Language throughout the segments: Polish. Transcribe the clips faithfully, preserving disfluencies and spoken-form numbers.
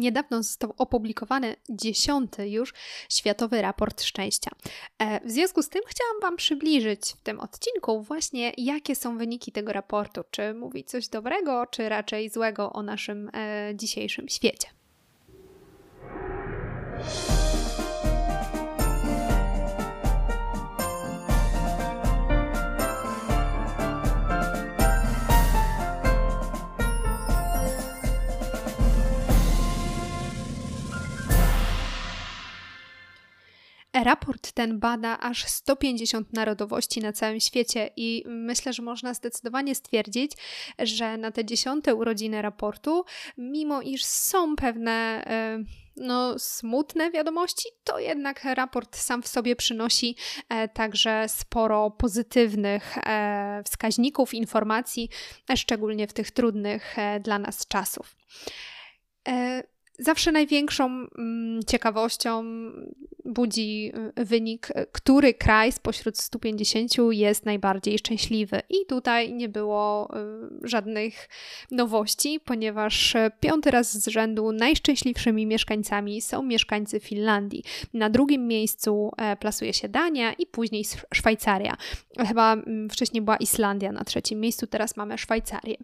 Niedawno został opublikowany dziesiąty już Światowy Raport Szczęścia. W związku z tym chciałam Wam przybliżyć w tym odcinku właśnie, jakie są wyniki tego raportu. Czy mówi coś dobrego, czy raczej złego o naszym e, dzisiejszym świecie. Raport ten bada aż sto pięćdziesiąt narodowości na całym świecie i myślę, że można zdecydowanie stwierdzić, że na te dziesiąte urodziny raportu, mimo iż są pewne no, smutne wiadomości, to jednak raport sam w sobie przynosi także sporo pozytywnych wskaźników, informacji, szczególnie w tych trudnych dla nas czasów. Zawsze największą mm, ciekawością budzi wynik, który kraj spośród stu pięćdziesięciu jest najbardziej szczęśliwy. I tutaj nie było y, żadnych nowości, ponieważ piąty raz z rzędu najszczęśliwszymi mieszkańcami są mieszkańcy Finlandii. Na drugim miejscu e, plasuje się Dania i później Szwajcaria. Chyba m, wcześniej była Islandia na trzecim miejscu, teraz mamy Szwajcarię.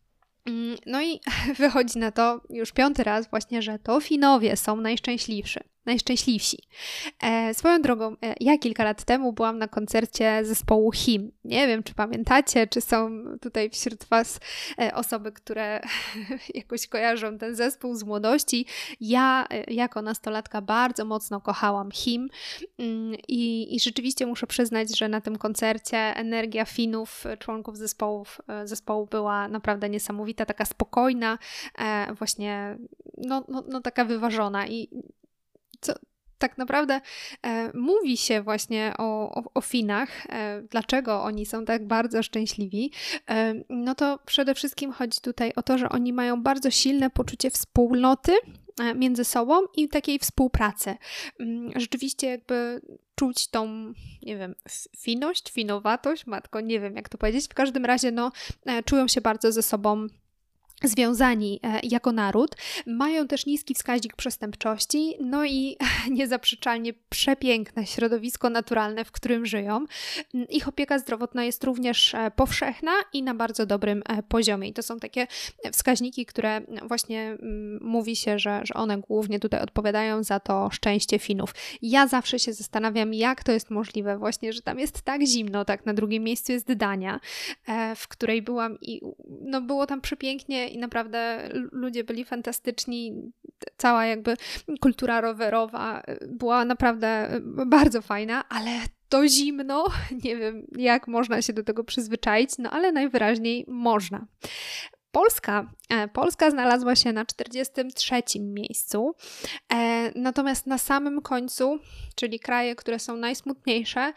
No i wychodzi na to już piąty raz właśnie, że to Finowie są najszczęśliwsi. Najszczęśliwsi. E, swoją drogą, e, ja kilka lat temu byłam na koncercie zespołu H I M. Nie wiem, czy pamiętacie, czy są tutaj wśród Was e, osoby, które jakoś kojarzą ten zespół z młodości. Ja e, jako nastolatka bardzo mocno kochałam H I M mm, i, i rzeczywiście muszę przyznać, że na tym koncercie energia Finów, członków zespołów, e, zespołu była naprawdę niesamowita, taka spokojna, e, właśnie no, no, no taka wyważona i co tak naprawdę e, mówi się właśnie o, o, o Finach, e, dlaczego oni są tak bardzo szczęśliwi, e, no to przede wszystkim chodzi tutaj o to, że oni mają bardzo silne poczucie wspólnoty e, między sobą i takiej współpracy. E, rzeczywiście jakby czuć tą, nie wiem, finość, finowatość, matko, nie wiem jak to powiedzieć, w każdym razie no, e, czują się bardzo ze sobą związani jako naród, mają też niski wskaźnik przestępczości, no i niezaprzeczalnie przepiękne środowisko naturalne, w którym żyją. Ich opieka zdrowotna jest również powszechna i na bardzo dobrym poziomie. I to są takie wskaźniki, które właśnie mówi się, że, że one głównie tutaj odpowiadają za to szczęście Finów. Ja zawsze się zastanawiam, jak to jest możliwe właśnie, że tam jest tak zimno, tak na drugim miejscu jest Dania, w której byłam i no było tam przepięknie i naprawdę ludzie byli fantastyczni, cała jakby kultura rowerowa była naprawdę bardzo fajna, ale to zimno, nie wiem jak można się do tego przyzwyczaić, no ale najwyraźniej można. Polska, Polska znalazła się na czterdziestym trzecim miejscu, natomiast na samym końcu, czyli kraje, które są najsmutniejsze,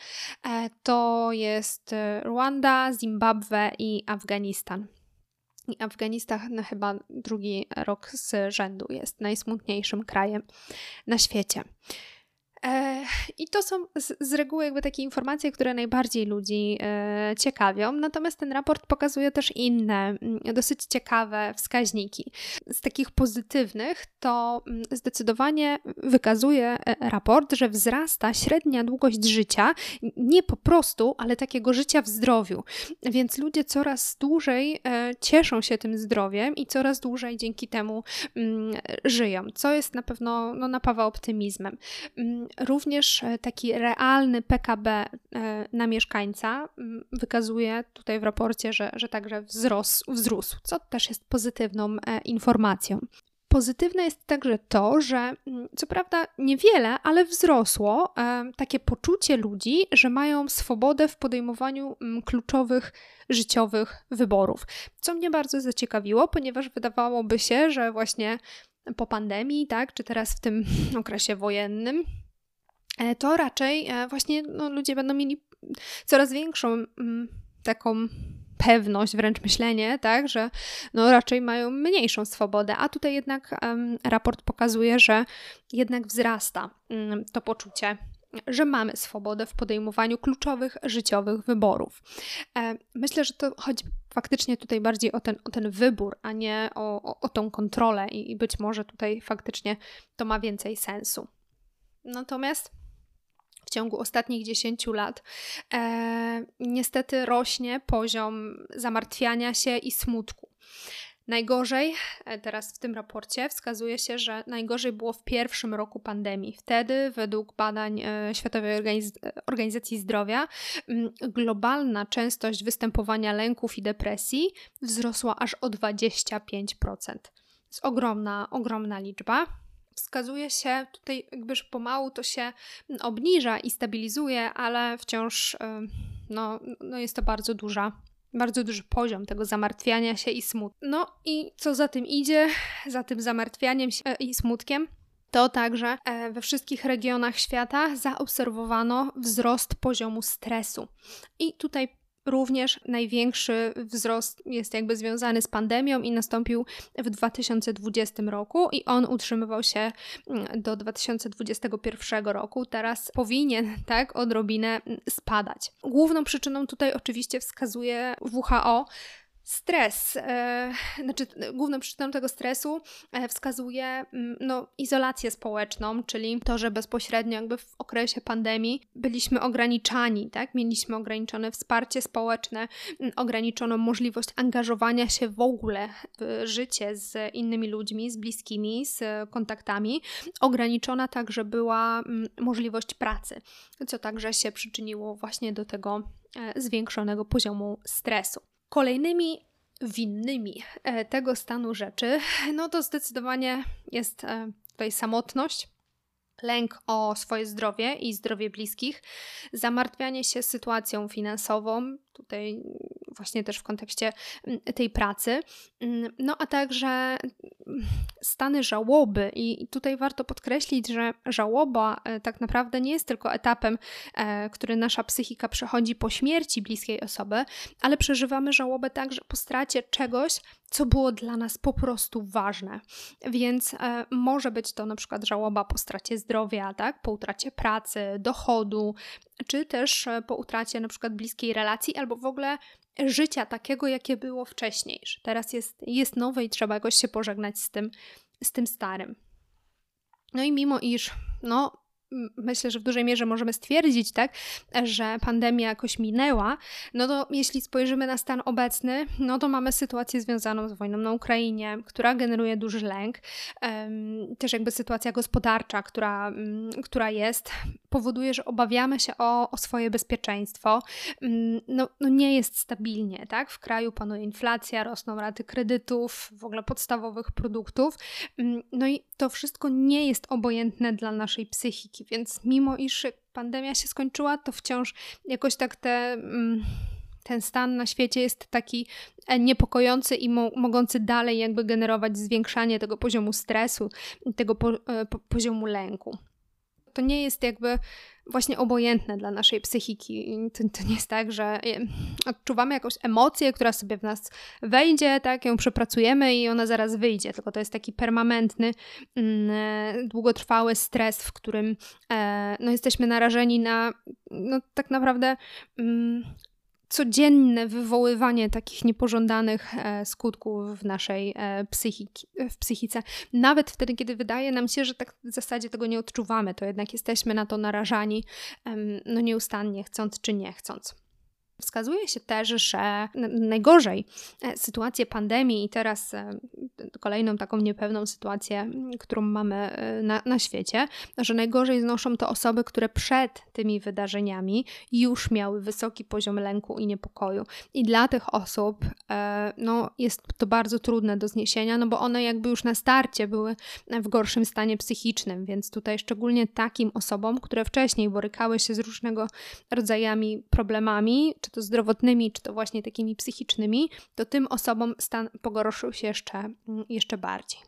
to jest Rwanda, Zimbabwe i Afganistan. I Afganistan no, chyba drugi rok z rzędu jest najsmutniejszym krajem na świecie. E, I to są z, z reguły jakby takie informacje, które najbardziej ludzi e, ciekawią, natomiast ten raport pokazuje też inne, dosyć ciekawe wskaźniki. Z takich pozytywnych to zdecydowanie wykazuje raport, że wzrasta średnia długość życia, nie po prostu, ale takiego życia w zdrowiu, więc ludzie coraz dłużej e, cieszą się tym zdrowiem i coraz dłużej dzięki temu m, żyją, co jest na pewno no, napawa optymizmem. Również taki realny P K B na mieszkańca wykazuje tutaj w raporcie, że, że także wzrósł, wzrósł, co też jest pozytywną informacją. Pozytywne jest także to, że co prawda niewiele, ale wzrosło e, takie poczucie ludzi, że mają swobodę w podejmowaniu m, kluczowych życiowych wyborów, co mnie bardzo zaciekawiło, ponieważ wydawałoby się, że właśnie po pandemii, tak, czy teraz w tym okresie wojennym, e, to raczej e, właśnie no, ludzie będą mieli coraz większą m, taką pewność, wręcz myślenie, tak, że no raczej mają mniejszą swobodę, a tutaj jednak um, raport pokazuje, że jednak wzrasta um, to poczucie, że mamy swobodę w podejmowaniu kluczowych życiowych wyborów. E, myślę, że to chodzi faktycznie tutaj bardziej o ten, o ten wybór, a nie o, o, o tą kontrolę i, i być może tutaj faktycznie to ma więcej sensu. Natomiast w ciągu ostatnich dziesięciu lat e, niestety rośnie poziom zamartwiania się i smutku. Najgorzej, teraz w tym raporcie wskazuje się, że najgorzej było w pierwszym roku pandemii. Wtedy według badań Światowej Organiz- Organizacji Zdrowia globalna częstość występowania lęków i depresji wzrosła aż o dwadzieścia pięć procent. To jest ogromna, ogromna liczba. Wskazuje się tutaj, jakbyż pomału to się obniża i stabilizuje, ale wciąż no, no jest to bardzo duża Bardzo duży poziom tego zamartwiania się i smutku. No i co za tym idzie, za tym zamartwianiem się i smutkiem, to także we wszystkich regionach świata zaobserwowano wzrost poziomu stresu. I tutaj również największy wzrost jest jakby związany z pandemią i nastąpił w dwa tysiące dwudziestym roku i on utrzymywał się do dwa tysiące dwudziestego pierwszego roku. Teraz powinien, tak, odrobinę spadać. Główną przyczyną tutaj oczywiście wskazuje W H O stres, e, znaczy główną przyczyną tego stresu e, wskazuje no, izolację społeczną, czyli to, że bezpośrednio jakby w okresie pandemii byliśmy ograniczani, tak? Mieliśmy ograniczone wsparcie społeczne, m, ograniczoną możliwość angażowania się w ogóle w życie z innymi ludźmi, z bliskimi, z kontaktami. Ograniczona także była m, możliwość pracy, co także się przyczyniło właśnie do tego e, zwiększonego poziomu stresu. Kolejnymi winnymi tego stanu rzeczy, no to zdecydowanie jest tutaj samotność, lęk o swoje zdrowie i zdrowie bliskich, zamartwianie się sytuacją finansową, tutaj właśnie też w kontekście tej pracy, no a także stany żałoby i tutaj warto podkreślić, że żałoba tak naprawdę nie jest tylko etapem, który nasza psychika przechodzi po śmierci bliskiej osoby, ale przeżywamy żałobę także po stracie czegoś, co było dla nas po prostu ważne. Więc e, może być to na przykład żałoba po stracie zdrowia, tak? Po utracie pracy, dochodu, czy też e, po utracie na przykład bliskiej relacji albo w ogóle życia takiego, jakie było wcześniej. Że teraz jest, jest nowe i trzeba jakoś się pożegnać z tym, z tym starym. No i mimo iż, no myślę, że w dużej mierze możemy stwierdzić, tak, że pandemia jakoś minęła, no to jeśli spojrzymy na stan obecny, no to mamy sytuację związaną z wojną na Ukrainie, która generuje duży lęk. Um, też jakby sytuacja gospodarcza, która, um, która jest, powoduje, że obawiamy się o, o swoje bezpieczeństwo. Um, no, no nie jest stabilnie, tak? W kraju panuje inflacja, rosną raty kredytów, w ogóle podstawowych produktów. Um, no i to wszystko nie jest obojętne dla naszej psychiki. Więc mimo iż pandemia się skończyła, to wciąż jakoś tak te, ten stan na świecie jest taki niepokojący i mo- mogący dalej jakby generować zwiększanie tego poziomu stresu, tego po, po, poziomu lęku. To nie jest jakby właśnie obojętne dla naszej psychiki. To, to nie jest tak, że odczuwamy jakąś emocję, która sobie w nas wejdzie, tak, ją przepracujemy i ona zaraz wyjdzie, tylko to jest taki permanentny, mm, długotrwały stres, w którym e, no, jesteśmy narażeni na no, tak naprawdę mm, codzienne wywoływanie takich niepożądanych e, skutków w naszej e, psychiki, w psychice. Nawet wtedy, kiedy wydaje nam się, że tak w zasadzie tego nie odczuwamy, to jednak jesteśmy na to narażani em, no nieustannie, chcąc czy nie chcąc. Wskazuje się też, że najgorzej sytuację pandemii i teraz kolejną taką niepewną sytuację, którą mamy na, na świecie, że najgorzej znoszą to osoby, które przed tymi wydarzeniami już miały wysoki poziom lęku i niepokoju. I dla tych osób no, jest to bardzo trudne do zniesienia, no bo one jakby już na starcie były w gorszym stanie psychicznym, więc tutaj szczególnie takim osobom, które wcześniej borykały się z różnego rodzajami problemami, czy to zdrowotnymi, czy to właśnie takimi psychicznymi, to tym osobom stan pogorszył się jeszcze, jeszcze bardziej.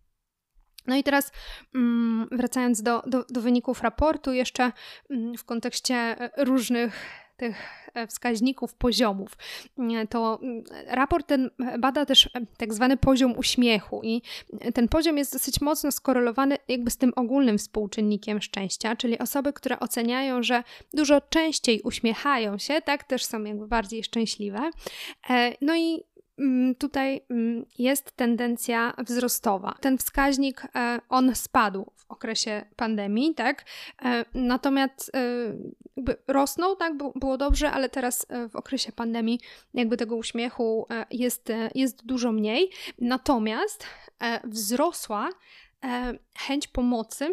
No i teraz wracając do, do, do wyników raportu, jeszcze w kontekście różnych tych wskaźników, poziomów. To raport ten bada też tak zwany poziom uśmiechu i ten poziom jest dosyć mocno skorelowany jakby z tym ogólnym współczynnikiem szczęścia, czyli osoby, które oceniają, że dużo częściej uśmiechają się, tak, też są jakby bardziej szczęśliwe. No i tutaj jest tendencja wzrostowa. Ten wskaźnik, on spadł w okresie pandemii, tak? Natomiast jakby rosnął, tak? Było dobrze, ale teraz w okresie pandemii jakby tego uśmiechu jest, jest dużo mniej. Natomiast wzrosła chęć pomocy,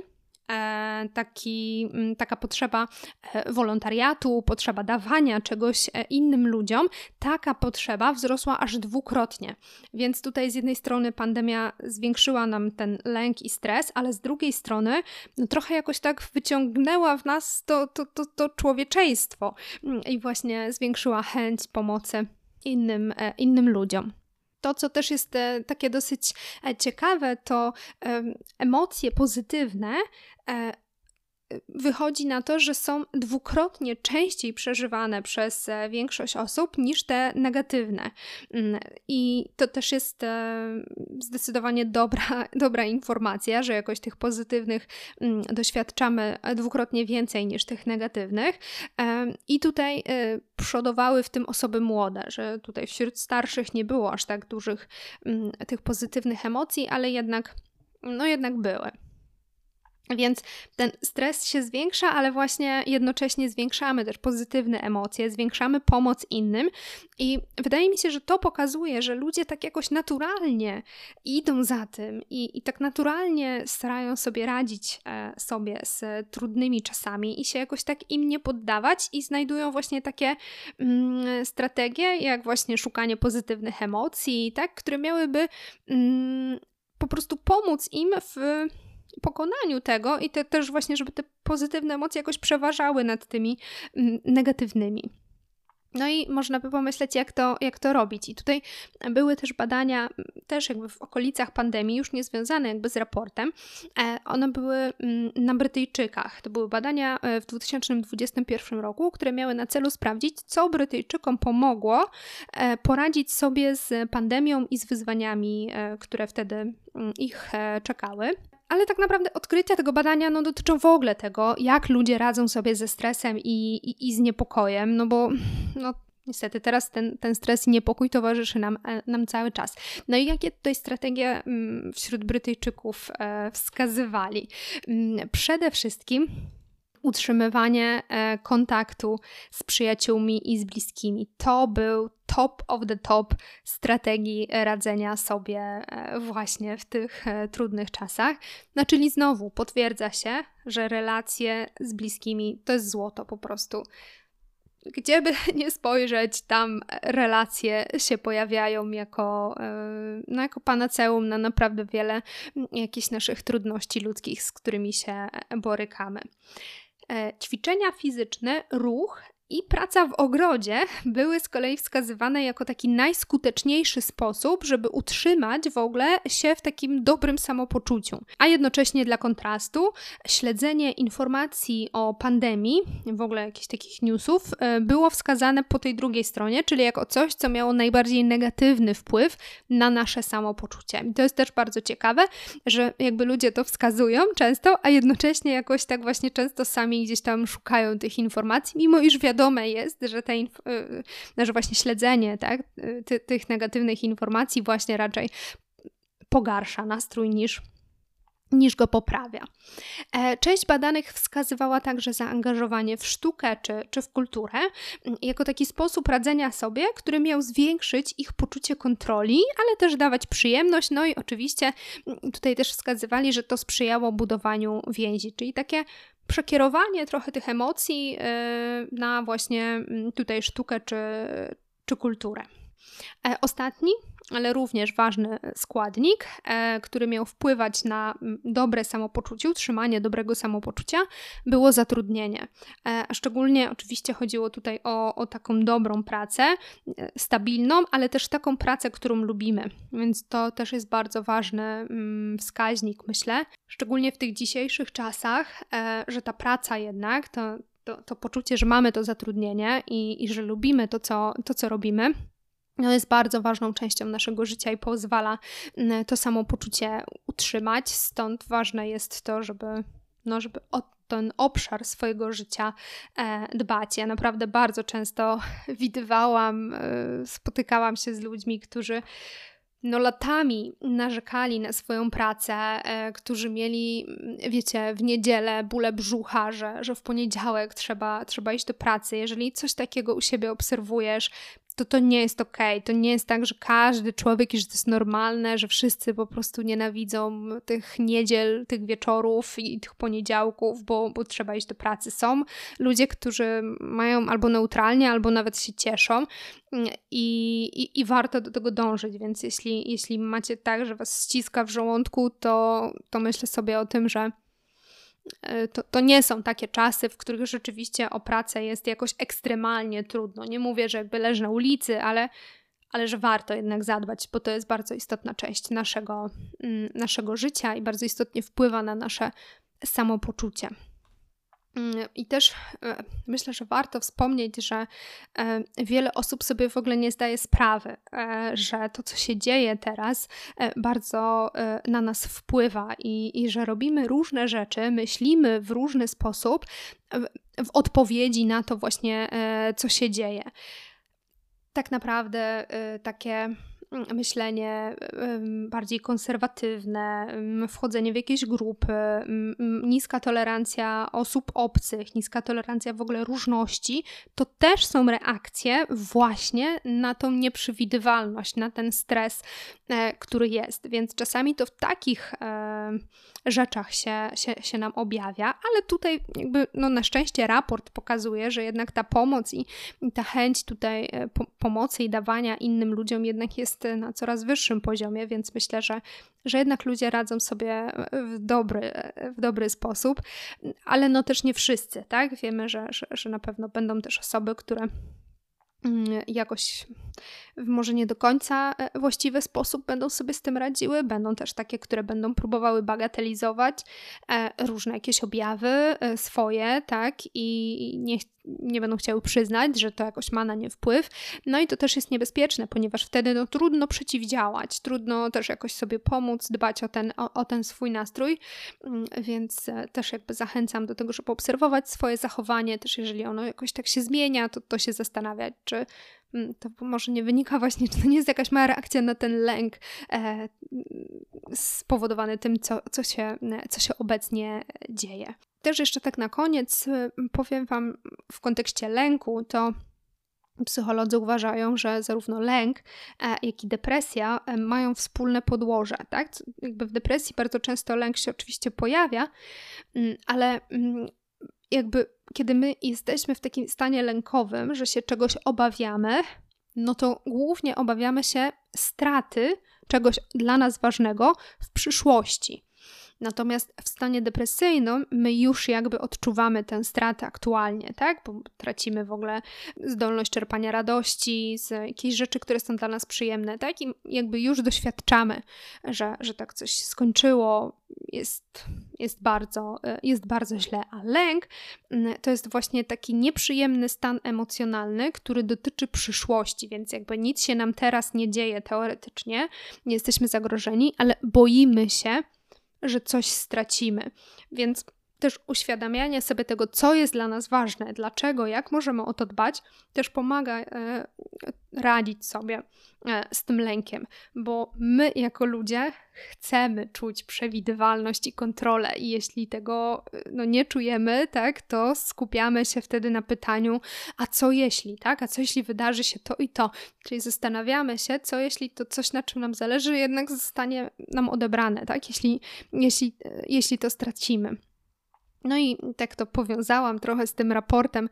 Taki, taka potrzeba wolontariatu, potrzeba dawania czegoś innym ludziom, taka potrzeba wzrosła aż dwukrotnie. Więc tutaj z jednej strony pandemia zwiększyła nam ten lęk i stres, ale z drugiej strony no, trochę jakoś tak wyciągnęła w nas to, to, to, to człowieczeństwo i właśnie zwiększyła chęć pomocy innym, innym ludziom. To, co też jest e, takie dosyć e, ciekawe, to e, emocje pozytywne e, wychodzi na to, że są dwukrotnie częściej przeżywane przez e, większość osób niż te negatywne. I to też jest e, zdecydowanie dobra, dobra informacja, że jakoś tych pozytywnych m, doświadczamy dwukrotnie więcej niż tych negatywnych. E, I tutaj e, przodowały w tym osoby młode, że tutaj wśród starszych nie było aż tak dużych m, tych pozytywnych emocji, ale jednak, no jednak były. Więc ten stres się zwiększa, ale właśnie jednocześnie zwiększamy też pozytywne emocje, zwiększamy pomoc innym i wydaje mi się, że to pokazuje, że ludzie tak jakoś naturalnie idą za tym i, i tak naturalnie starają sobie radzić e, sobie z trudnymi czasami i się jakoś tak im nie poddawać i znajdują właśnie takie mm, strategie, jak właśnie szukanie pozytywnych emocji, tak, które miałyby mm, po prostu pomóc im w pokonaniu tego i te, też właśnie, żeby te pozytywne emocje jakoś przeważały nad tymi mm, negatywnymi. No i można by pomyśleć, jak to, jak to robić. I tutaj były też badania, też jakby w okolicach pandemii, już nie związane jakby z raportem. One były na Brytyjczykach. To były badania w dwa tysiące dwudziestym pierwszym roku, które miały na celu sprawdzić, co Brytyjczykom pomogło poradzić sobie z pandemią i z wyzwaniami, które wtedy ich czekały. Ale tak naprawdę odkrycia tego badania no, dotyczą w ogóle tego, jak ludzie radzą sobie ze stresem i, i, i z niepokojem, no bo no, niestety teraz ten, ten stres i niepokój towarzyszy nam, nam cały czas. No i jakie tutaj strategie mm, wśród Brytyjczyków e, wskazywali? Mm, przede wszystkim utrzymywanie e, kontaktu z przyjaciółmi i z bliskimi. To był top of the top strategii radzenia sobie e, właśnie w tych e, trudnych czasach. No czyli znowu potwierdza się, że relacje z bliskimi to jest złoto po prostu. Gdzie by nie spojrzeć, tam relacje się pojawiają jako, no jako panaceum na naprawdę wiele jakichś naszych trudności ludzkich, z którymi się borykamy. Ćwiczenia fizyczne, ruch i praca w ogrodzie były z kolei wskazywane jako taki najskuteczniejszy sposób, żeby utrzymać w ogóle się w takim dobrym samopoczuciu. A jednocześnie dla kontrastu śledzenie informacji o pandemii, w ogóle jakichś takich newsów, było wskazane po tej drugiej stronie, czyli jako coś, co miało najbardziej negatywny wpływ na nasze samopoczucie. I to jest też bardzo ciekawe, że jakby ludzie to wskazują często, a jednocześnie jakoś tak właśnie często sami gdzieś tam szukają tych informacji, mimo iż wiadomo, Wiadome jest, że, te inf- że właśnie śledzenie tak, ty- tych negatywnych informacji właśnie raczej pogarsza nastrój niż, niż go poprawia. Część badanych wskazywała także zaangażowanie w sztukę czy, czy w kulturę jako taki sposób radzenia sobie, który miał zwiększyć ich poczucie kontroli, ale też dawać przyjemność. No i oczywiście tutaj też wskazywali, że to sprzyjało budowaniu więzi, czyli takie przekierowanie trochę tych emocji na właśnie tutaj sztukę czy, czy kulturę. Ostatni, ale również ważny składnik, który miał wpływać na dobre samopoczucie, utrzymanie dobrego samopoczucia, było zatrudnienie. A szczególnie oczywiście chodziło tutaj o, o taką dobrą pracę, stabilną, ale też taką pracę, którą lubimy. Więc to też jest bardzo ważny wskaźnik, myślę. Szczególnie w tych dzisiejszych czasach, że ta praca jednak, to to, to poczucie, że mamy to zatrudnienie i, i że lubimy to co, to, co robimy, no jest bardzo ważną częścią naszego życia i pozwala to samopoczucie utrzymać. Stąd ważne jest to, żeby, no, żeby o ten obszar swojego życia e, dbać. Ja naprawdę bardzo często widywałam, e, spotykałam się z ludźmi, którzy no latami narzekali na swoją pracę, e, którzy mieli, wiecie, w niedzielę bóle brzucha, że, że w poniedziałek trzeba, trzeba iść do pracy. Jeżeli coś takiego u siebie obserwujesz, to to nie jest okej. To nie jest tak, że każdy człowiek, i że to jest normalne, że wszyscy po prostu nienawidzą tych niedziel, tych wieczorów i tych poniedziałków, bo, bo trzeba iść do pracy. Są ludzie, którzy mają albo neutralnie, albo nawet się cieszą i, i, i warto do tego dążyć, więc jeśli, jeśli macie tak, że was ściska w żołądku, to, to myślę sobie o tym, że To, to nie są takie czasy, w których rzeczywiście o pracę jest jakoś ekstremalnie trudno. Nie mówię, że jakby leży na ulicy, ale, ale że warto jednak zadbać, bo to jest bardzo istotna część naszego, naszego życia i bardzo istotnie wpływa na nasze samopoczucie. I też myślę, że warto wspomnieć, że wiele osób sobie w ogóle nie zdaje sprawy, że to, co się dzieje teraz, bardzo na nas wpływa i, i że robimy różne rzeczy, myślimy w różny sposób w odpowiedzi na to właśnie, co się dzieje. Tak naprawdę takie myślenie bardziej konserwatywne, wchodzenie w jakieś grupy, niska tolerancja osób obcych, niska tolerancja w ogóle różności, to też są reakcje właśnie na tą nieprzewidywalność, na ten stres, który jest. Więc czasami to w takich rzeczach się, się, się nam objawia, ale tutaj jakby no na szczęście raport pokazuje, że jednak ta pomoc i, i ta chęć tutaj po, pomocy i dawania innym ludziom jednak jest na coraz wyższym poziomie, więc myślę, że, że jednak ludzie radzą sobie w dobry, w dobry sposób, ale no też nie wszyscy, tak? Wiemy, że, że, że na pewno będą też osoby, które jakoś w może nie do końca właściwy sposób będą sobie z tym radziły. Będą też takie, które będą próbowały bagatelizować różne jakieś objawy swoje, tak? I nie, nie będą chciały przyznać, że to jakoś ma na nie wpływ. No i to też jest niebezpieczne, ponieważ wtedy no, trudno przeciwdziałać, trudno też jakoś sobie pomóc, dbać o ten, o, o ten swój nastrój, więc też jakby zachęcam do tego, żeby obserwować swoje zachowanie, też jeżeli ono jakoś tak się zmienia, to, to się zastanawiać, czy to może nie wynika właśnie, czy to nie jest jakaś mała reakcja na ten lęk e, spowodowany tym, co, co, się, co się obecnie dzieje. Też jeszcze tak na koniec powiem Wam w kontekście lęku, to psycholodzy uważają, że zarówno lęk, jak i depresja mają wspólne podłoże, tak? Jakby w depresji bardzo często lęk się oczywiście pojawia, ale jakby kiedy my jesteśmy w takim stanie lękowym, że się czegoś obawiamy, no to głównie obawiamy się straty czegoś dla nas ważnego w przyszłości. Natomiast w stanie depresyjnym my już jakby odczuwamy tę stratę aktualnie, tak? Bo tracimy w ogóle zdolność czerpania radości z jakichś rzeczy, które są dla nas przyjemne, tak? I jakby już doświadczamy, że, że tak coś się skończyło, jest, jest, bardzo, jest bardzo źle. A lęk to jest właśnie taki nieprzyjemny stan emocjonalny, który dotyczy przyszłości, więc jakby nic się nam teraz nie dzieje teoretycznie, nie jesteśmy zagrożeni, ale boimy się, że coś stracimy. Więc też uświadamianie sobie tego, co jest dla nas ważne, dlaczego, jak możemy o to dbać, też pomaga e, radzić sobie e, z tym lękiem, bo my jako ludzie chcemy czuć przewidywalność i kontrolę i jeśli tego no, nie czujemy, tak, to skupiamy się wtedy na pytaniu, a co jeśli, tak, a co jeśli wydarzy się to i to, czyli zastanawiamy się, co jeśli to coś, na czym nam zależy, jednak zostanie nam odebrane, tak, jeśli, jeśli, jeśli to stracimy. No i tak to powiązałam trochę z tym raportem,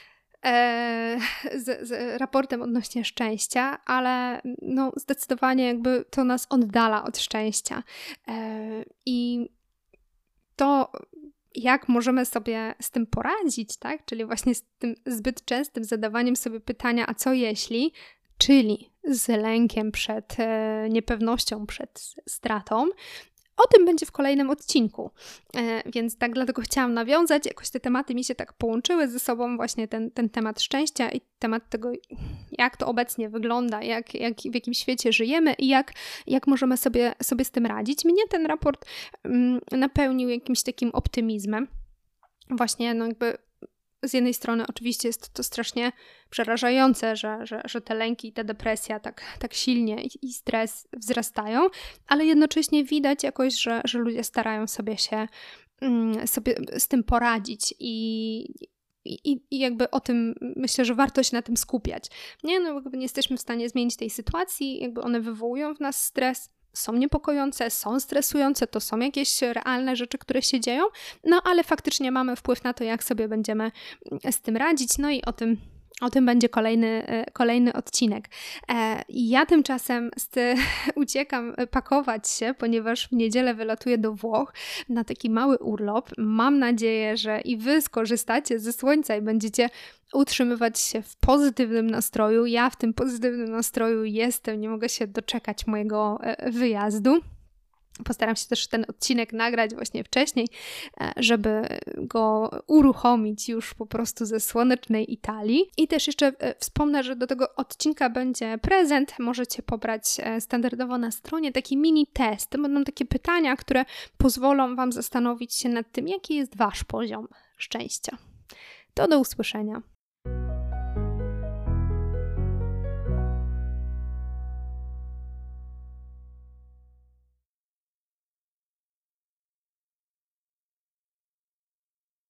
e, z, z raportem odnośnie szczęścia, ale no zdecydowanie jakby to nas oddala od szczęścia. E, I to, jak możemy sobie z tym poradzić, tak? Czyli właśnie z tym zbyt częstym zadawaniem sobie pytania, a co jeśli, czyli z lękiem przed e, niepewnością, przed stratą, O tym będzie w kolejnym odcinku, e, więc tak dlatego chciałam nawiązać, jakoś te tematy mi się tak połączyły ze sobą, właśnie ten, ten temat szczęścia i temat tego, jak to obecnie wygląda, jak, jak, w jakim świecie żyjemy i jak, jak możemy sobie, sobie z tym radzić. Mnie ten raport mm, napełnił jakimś takim optymizmem. Właśnie no jakby z jednej strony oczywiście jest to strasznie przerażające, że, że, że te lęki i ta depresja tak, tak silnie i, i stres wzrastają, ale jednocześnie widać jakoś, że, że ludzie starają sobie się mm, sobie z tym poradzić i, i, i jakby o tym, myślę, że warto się na tym skupiać. Nie, no jakby nie jesteśmy w stanie zmienić tej sytuacji, jakby one wywołują w nas stres, są niepokojące, są stresujące, to są jakieś realne rzeczy, które się dzieją, no ale faktycznie mamy wpływ na to, jak sobie będziemy z tym radzić, no i o tym O tym będzie kolejny, kolejny odcinek. Ja tymczasem z, uciekam pakować się, ponieważ w niedzielę wylatuję do Włoch na taki mały urlop. Mam nadzieję, że i Wy skorzystacie ze słońca i będziecie utrzymywać się w pozytywnym nastroju. Ja w tym pozytywnym nastroju jestem, nie mogę się doczekać mojego wyjazdu. Postaram się też ten odcinek nagrać właśnie wcześniej, żeby go uruchomić już po prostu ze słonecznej Italii. I też jeszcze wspomnę, że do tego odcinka będzie prezent. Możecie pobrać standardowo na stronie taki mini test. To będą takie pytania, które pozwolą Wam zastanowić się nad tym, jaki jest Wasz poziom szczęścia. To do usłyszenia.